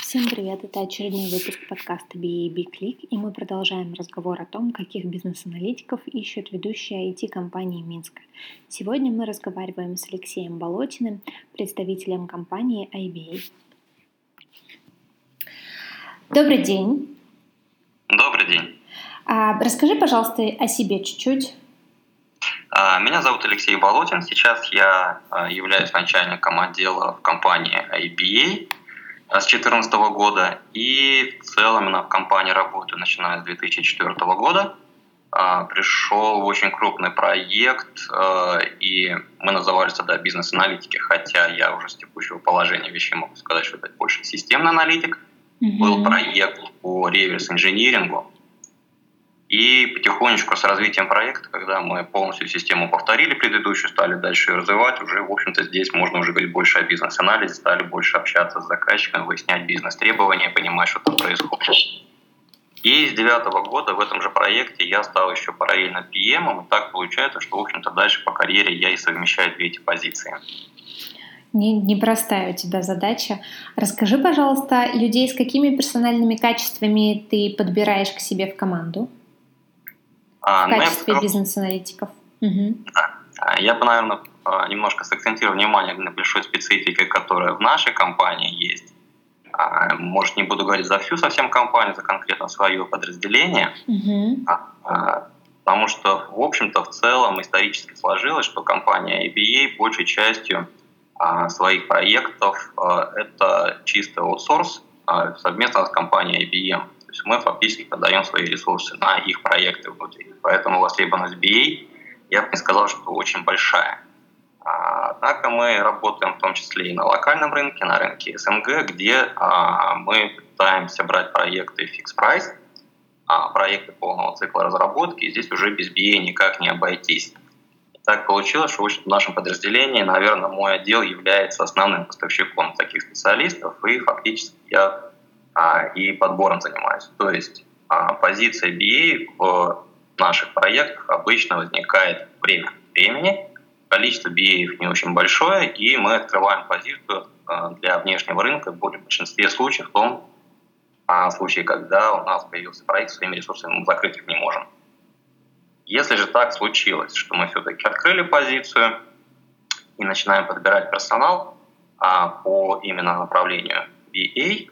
Всем привет! Это очередной выпуск подкаста BA Click, и мы продолжаем разговор о том, каких бизнес-аналитиков ищут ведущие IT-компании Минска. Сегодня мы разговариваем с Алексеем Болотиным, представителем компании IBA. Добрый день! Добрый день! Расскажи, пожалуйста, о себе чуть-чуть. Меня зовут Алексей Болотин. Сейчас я являюсь начальником отдела в компании IBA с 2014 года, и в целом именно в компании работаю, начиная с 2004 года. Пришел в очень крупный проект, и мы назывались тогда бизнес-аналитики, хотя я уже с текущего положения вещей могу сказать, что это больше системный аналитик. Был проект по реверс-инжинирингу, и потихонечку с развитием проекта, когда мы полностью систему повторили предыдущую, стали дальше ее развивать, уже, в общем-то, здесь можно уже говорить больше о бизнес-анализе, стали больше общаться с заказчиком, выяснять бизнес-требования, понимать, что там происходит. И с 2009 года в этом же проекте я стал еще параллельно PM, и так получается, что, в общем-то, дальше по карьере я и совмещаю две эти позиции. Непростая у тебя задача. Расскажи, пожалуйста, людей с какими персональными качествами ты подбираешь к себе в команду? В качестве бизнес-аналитиков. Да. Я бы, наверное, немножко сакцентировал внимание на большой специфике, которая в нашей компании есть. Может, не буду говорить за всю совсем компанию, за конкретно свое подразделение, потому что, в общем-то, в целом исторически сложилось, что компания IBA большей частью своих проектов это чистый аутсорс совместно с компанией IBM. То есть мы фактически подаем свои ресурсы на их проекты внутри. Поэтому востребованность BA, я бы не сказал, что очень большая. Однако мы работаем в том числе и на локальном рынке, на рынке СНГ, где мы пытаемся брать проекты fixed price, проекты полного цикла разработки, и здесь уже без BA никак не обойтись. И так получилось, что в нашем подразделении, наверное, мой отдел является основным поставщиком таких специалистов, и фактически я и подбором занимаюсь. То есть позиция BA в наших проектах обычно возникает время от времени, количество BA не очень большое, и мы открываем позицию для внешнего рынка в большинстве случаев, в том случае, когда у нас появился проект, своими ресурсами мы закрыть их не можем. Если же так случилось, что мы все-таки открыли позицию и начинаем подбирать персонал по именно направлению BA,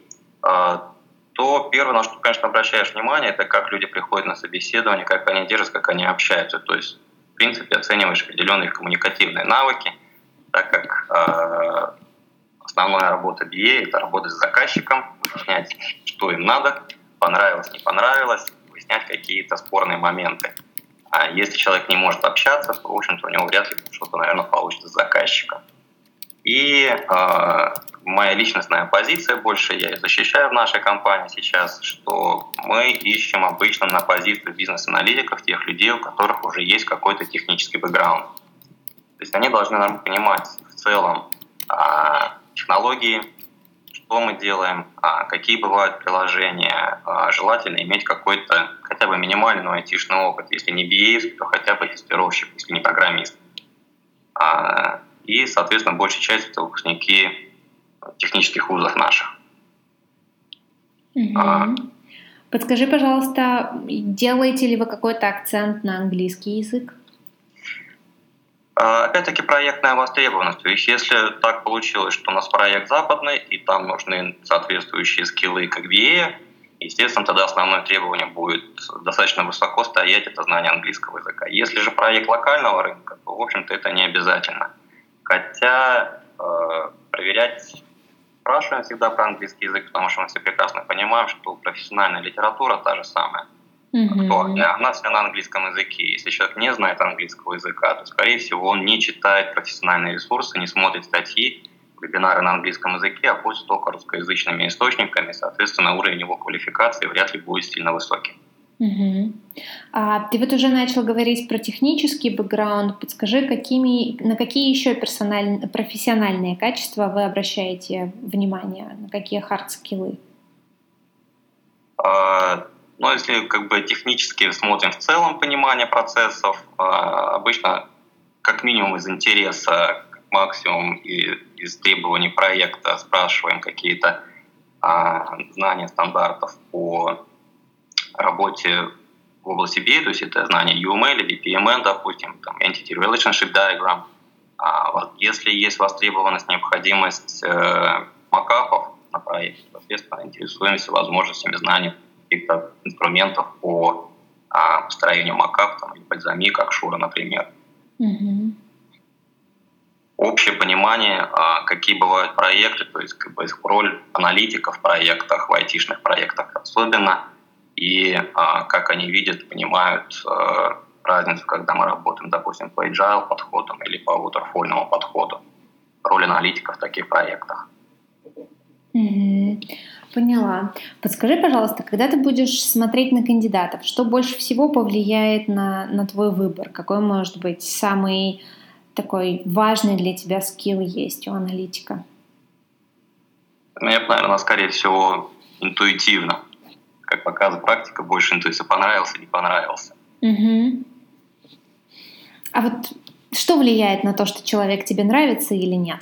то первое, на что, конечно, обращаешь внимание, это как люди приходят на собеседование, как они держатся, как они общаются. То есть, в принципе, оцениваешь определенные коммуникативные навыки, так как основная работа BA – это работать с заказчиком, выяснять, что им надо, понравилось, не понравилось, выяснять какие-то спорные моменты. А если человек не может общаться, то, в общем-то, у него вряд ли что-то, наверное, получится с заказчиком. И моя личностная позиция больше, я ее защищаю в нашей компании сейчас, что мы ищем обычно на позицию бизнес-аналитиков тех людей, у которых уже есть какой-то технический бэкграунд. То есть они должны нам понимать в целом технологии, что мы делаем, какие бывают приложения. Желательно иметь какой-то хотя бы минимальный, но айтишный опыт. Если не BA, то хотя бы тестировщик, если не программист. И, соответственно, большая часть это выпускники технических вузов наших. Подскажи, пожалуйста, делаете ли вы какой-то акцент на английский язык? Опять-таки проектная востребованность. То есть если так получилось, что у нас проект западный, и там нужны соответствующие скиллы как BA, естественно, тогда основное требование будет достаточно высоко стоять, это знание английского языка. Если же проект локального рынка, то, в общем-то, это не обязательно. Хотя проверять спрашиваем всегда про английский язык, потому что мы все прекрасно понимаем, что профессиональная литература та же самая. Актуальная. Она вся на английском языке. Если человек не знает английского языка, то, скорее всего, он не читает профессиональные ресурсы, не смотрит статьи, вебинары на английском языке, а пользуется только русскоязычными источниками. Соответственно, уровень его квалификации вряд ли будет сильно высоким. Ты вот уже начал говорить про технический бэкграунд. Подскажи, на какие еще профессиональные качества вы обращаете внимание, на какие хард-скиллы? Если технически смотрим в целом понимание процессов, обычно как минимум из интереса, как максимум из требований проекта спрашиваем какие-то знание стандартов по работе в области BI, то есть это знание UML или PML, допустим, там, Entity Relationship Diagram. Если есть востребованность, необходимость макапов на проекте, соответственно, интересуемся возможностями знания каких-то инструментов по построению макап, там, или бальзамик, Акшура, например. Угу. Общее понимание, какие бывают проекты, то есть как бы их роль аналитиков в проектах, в айтишных проектах особенно, и как они видят, понимают разницу, когда мы работаем, допустим, по agile подходам или по waterfall'ному подходу, роль аналитиков в таких проектах. Угу. Поняла. Подскажи, пожалуйста, когда ты будешь смотреть на кандидатов, что больше всего повлияет на твой выбор? Какой, может быть, самый такой важный для тебя скилл есть у аналитика? Мне, наверное, скорее всего, интуитивно. Как показывает практика, больше интуиция, понравился, не понравился. Угу. А вот что влияет на то, что человек тебе нравится или нет?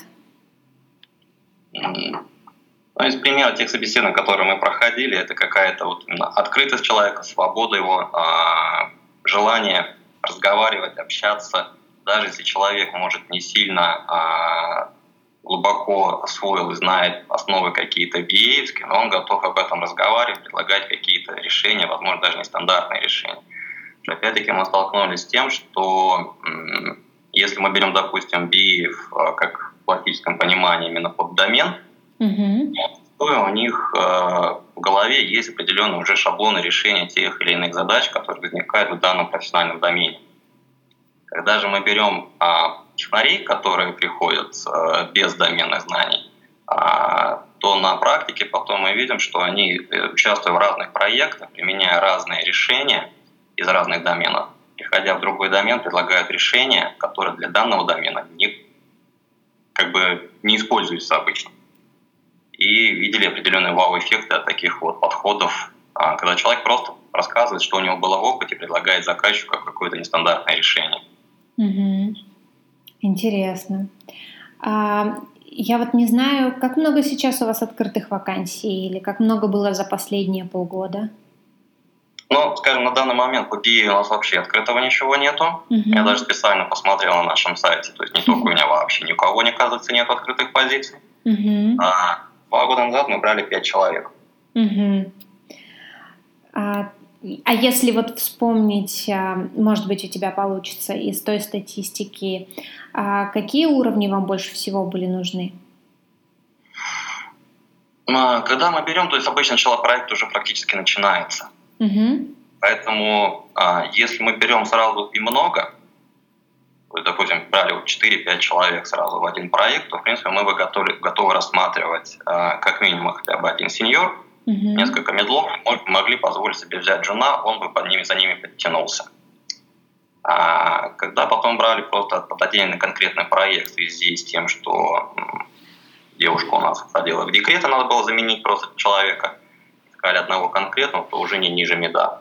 Из примера тех собеседований, которые мы проходили, это какая-то вот открытость человека, свобода его, желание разговаривать, общаться. Даже если человек, может, не сильно глубоко освоил и знает основы какие-то BA-евские, но он готов об этом разговаривать, предлагать какие-то решения, возможно, даже нестандартные решения. Опять-таки мы столкнулись с тем, что если мы берем, допустим, BA как в классическом понимании именно под домен, то у них в голове есть определенные уже шаблоны решения тех или иных задач, которые возникают в данном профессиональном домене. Когда же мы берем технарей, которые приходят без доменных знаний, то на практике потом мы видим, что они, участвуя в разных проектах, применяя разные решения из разных доменов, приходя в другой домен, предлагают решения, которые для данного домена не используются обычно. И видели определенные вау-эффекты от таких вот подходов, когда человек просто рассказывает, что у него было в опыте, предлагает заказчику какое-то нестандартное решение. Угу. Интересно. Я вот не знаю, как много сейчас у вас открытых вакансий или как много было за последние полгода? Ну, скажем, на данный момент по BI у нас вообще открытого ничего нету. Я даже специально посмотрел на нашем сайте, то есть не только у меня вообще, ни у кого, не оказывается, нет открытых позиций. 2 года назад мы брали 5 человек. А если вот вспомнить, может быть, у тебя получится из той статистики, какие уровни вам больше всего были нужны? Когда мы берем, то есть обычно начало проекта уже практически начинается. Поэтому если мы берем сразу и много, то есть, допустим, брали 4-5 человек сразу в один проект, то, в принципе, мы бы готовы рассматривать как минимум хотя бы один сеньор, несколько медлов, могли позволить себе взять джуна, он бы за ними подтянулся. Когда потом брали просто под отдельный конкретный проект в связи с тем, что девушка у нас уходила в декрет, и надо было заменить просто человека, искали одного конкретного, то уже не ниже меда.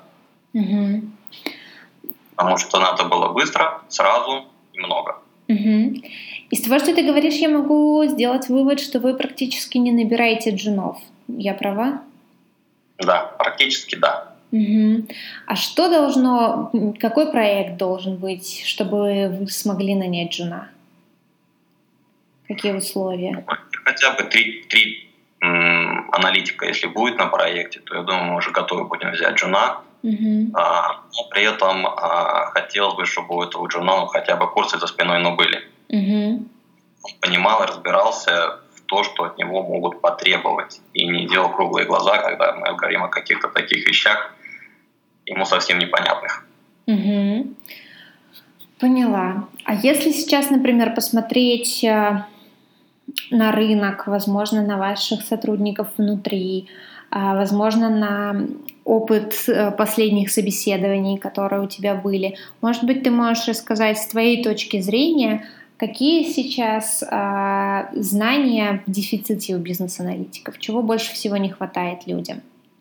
Потому что надо было быстро, сразу и много. Из того, что ты говоришь, я могу сделать вывод, что вы практически не набираете джунов. Я права? Да, практически да. А какой проект должен быть, чтобы вы смогли нанять джуна? Какие условия? Хотя бы 3 аналитика, если будет на проекте, то я думаю, мы уже готовы будем взять джуна. Но при этом хотелось бы, чтобы у этого джуна хотя бы курсы за спиной были. Он понимал и разбирался в то, что от него могут потребовать. И не делал круглые глаза, когда мы говорим о каких-то таких вещах, ему совсем непонятных. Поняла. А если сейчас, например, посмотреть на рынок, возможно, на ваших сотрудников внутри, возможно, на опыт последних собеседований, которые у тебя были, может быть, ты можешь рассказать с твоей точки зрения, какие сейчас знания в дефиците у бизнес-аналитиков, чего больше всего не хватает людям?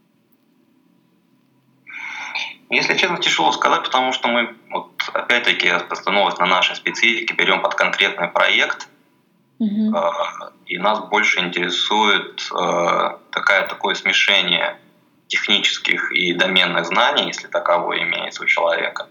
Если честно, тяжело сказать, потому что мы, опять-таки, основываясь на нашей специфике, берем под конкретный проект И нас больше интересует такое смешение технических и доменных знаний, если таковое имеется у человека.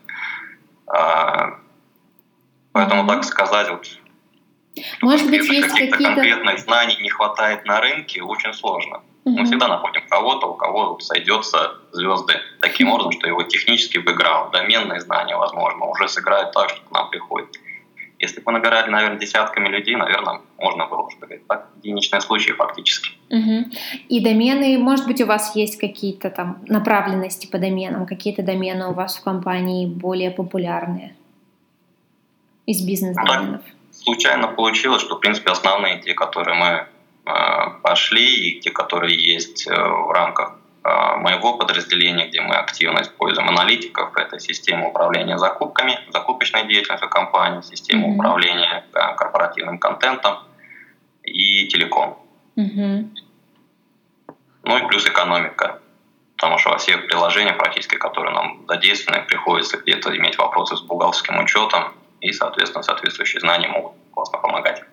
Поэтому так сказать, может быть, есть каких-то конкретных знаний не хватает на рынке, очень сложно. Мы всегда находим кого-то, у кого сойдется звезды таким образом, что его технический бэкграунд, доменные знания, возможно, уже сыграют так, что к нам приходит. Если бы мы набирали, наверное, десятками людей, наверное, можно было бы сказать, так, единичные случаи фактически. И домены, может быть, у вас есть какие-то там направленности по доменам, какие-то домены у вас в компании более популярные из бизнес-доменов? Случайно получилось, что, в принципе, основные те, которые мы пошли, и те, которые есть в рамках моего подразделения, где мы активно используем аналитиков, это система управления закупками, закупочной деятельностью компании, система управления корпоративным контентом и телеком. Ну и плюс экономика, потому что во всех приложениях практически, которые нам задействованы, приходится где-то иметь вопросы с бухгалтерским учетом, и, соответственно, соответствующие знания могут классно помогать.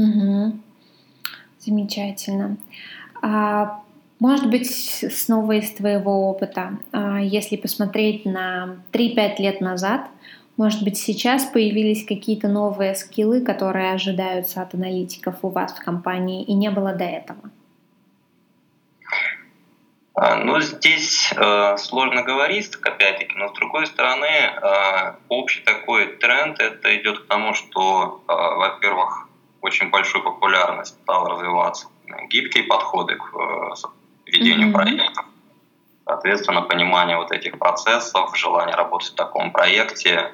Замечательно. Может быть, снова из твоего опыта, если посмотреть на 3-5 лет назад, может быть, сейчас появились какие-то новые скиллы, которые ожидаются от аналитиков у вас в компании, и не было до этого? Ну, здесь сложно говорить, опять-таки, но с другой стороны, общий такой тренд это идет к тому, что, во-первых, очень большую популярность стал развиваться гибкие подходы к ведению проектов. Соответственно, понимание вот этих процессов, желание работать в таком проекте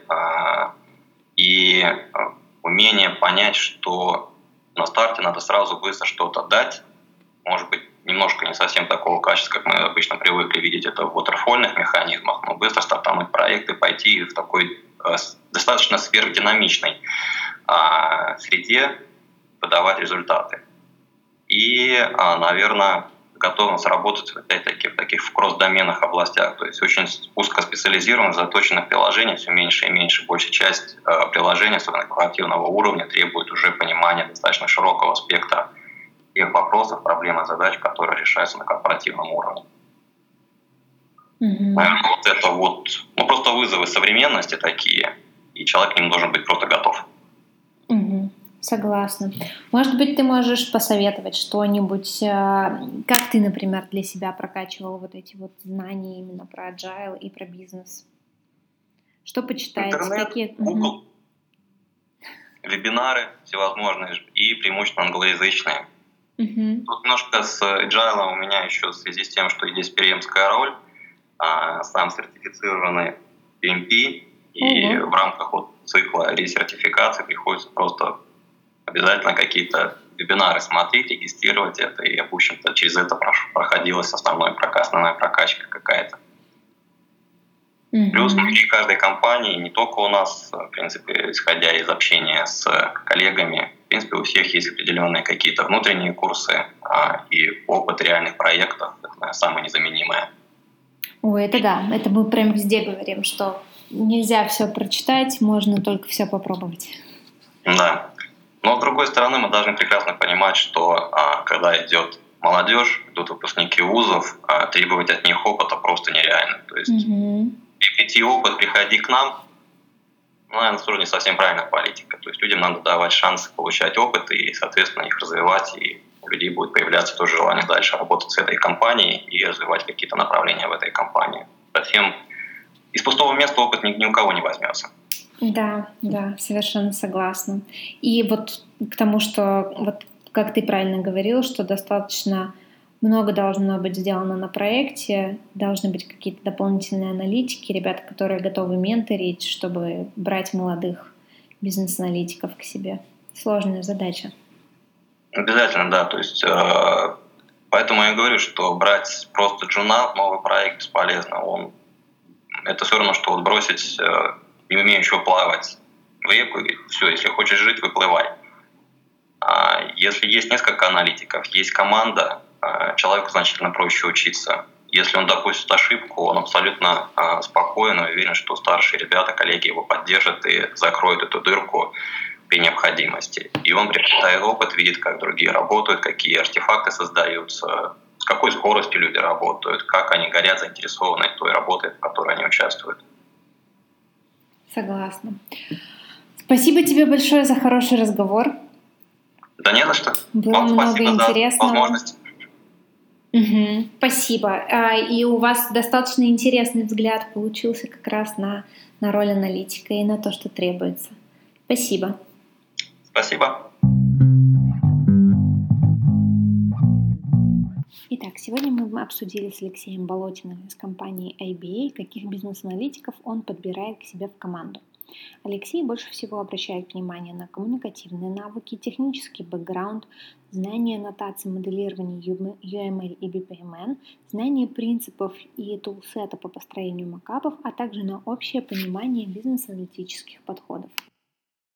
и умение понять, что на старте надо сразу быстро что-то дать, может быть, немножко не совсем такого качества, как мы обычно привыкли видеть это в waterfall'ных механизмах, но быстро стартануть проект и пойти в такой достаточно сверхдинамичной среде выдавать результаты. И, наверное, готовность работать опять-таки в таких кросс-доменных областях, то есть очень узкоспециализированных, заточенных приложений, все меньше и меньше. Большая часть приложений, особенно корпоративного уровня, требует уже понимания достаточно широкого спектра тех вопросов, проблем и задач, которые решаются на корпоративном уровне. Наверное, вот это просто вызовы современности такие, и человек к ним должен быть просто готов. Согласна. Может быть, ты можешь посоветовать что-нибудь, как ты, например, для себя прокачивал вот эти вот знания именно про agile и про бизнес? Что почитать? Интернет, Google, вебинары всевозможные и преимущественно англоязычные. Тут немножко с agile у меня еще в связи с тем, что есть PMP-ская роль, сам сертифицированный PMP, и в рамках цикла ресертификации приходится просто обязательно какие-то вебинары смотреть, регистрировать это, и, в общем-то, через это проходилась основная прокачка какая-то. Плюс внутри каждой компании, не только у нас, в принципе, исходя из общения с коллегами, в принципе, у всех есть определенные какие-то внутренние курсы, и опыт реальных проектов — это, наверное, самое незаменимое. Ой, это да, это мы прям везде говорим, что нельзя все прочитать, можно только все попробовать. Да. Но, с другой стороны, мы должны прекрасно понимать, что когда идет молодежь, идут выпускники вузов, требовать от них опыта просто нереально. То есть прийти опыт, приходи к нам, наверное, тоже не совсем правильная политика. То есть людям надо давать шанс получать опыт и, соответственно, их развивать, и у людей будет появляться тоже желание дальше работать с этой компанией и развивать какие-то направления в этой компании. Совсем из пустого места опыт ни у кого не возьмется. Да, совершенно согласна. И вот к тому, что, вот как ты правильно говорил, что достаточно много должно быть сделано на проекте, должны быть какие-то дополнительные аналитики, ребята, которые готовы менторить, чтобы брать молодых бизнес-аналитиков к себе. Сложная задача. Обязательно, да. То есть, поэтому я говорю, что брать просто джуна в новый проект бесполезно. Это все равно, что бросить не умеющего плавать в реку, и все, если хочешь жить, выплывай. Если есть несколько аналитиков, есть команда, человеку значительно проще учиться. Если он допустит ошибку, он абсолютно спокоен и уверен, что старшие ребята, коллеги его поддержат и закроют эту дырку при необходимости. И он приобретает опыт, видит, как другие работают, какие артефакты создаются, с какой скоростью люди работают, как они горят, заинтересованы той работой, в которой они участвуют. Согласна. Спасибо тебе большое за хороший разговор. Да не за что. Было Вам много спасибо интересного. за возможность. Спасибо. И у вас достаточно интересный взгляд получился как раз на роль аналитика и на то, что требуется. Спасибо. Спасибо. Итак, сегодня мы обсудили с Алексеем Болотиным из компании IBA, каких бизнес-аналитиков он подбирает к себе в команду. Алексей больше всего обращает внимание на коммуникативные навыки, технический бэкграунд, знание нотаций моделирования UML и BPMN, знание принципов и тулсета по построению макапов, а также на общее понимание бизнес-аналитических подходов.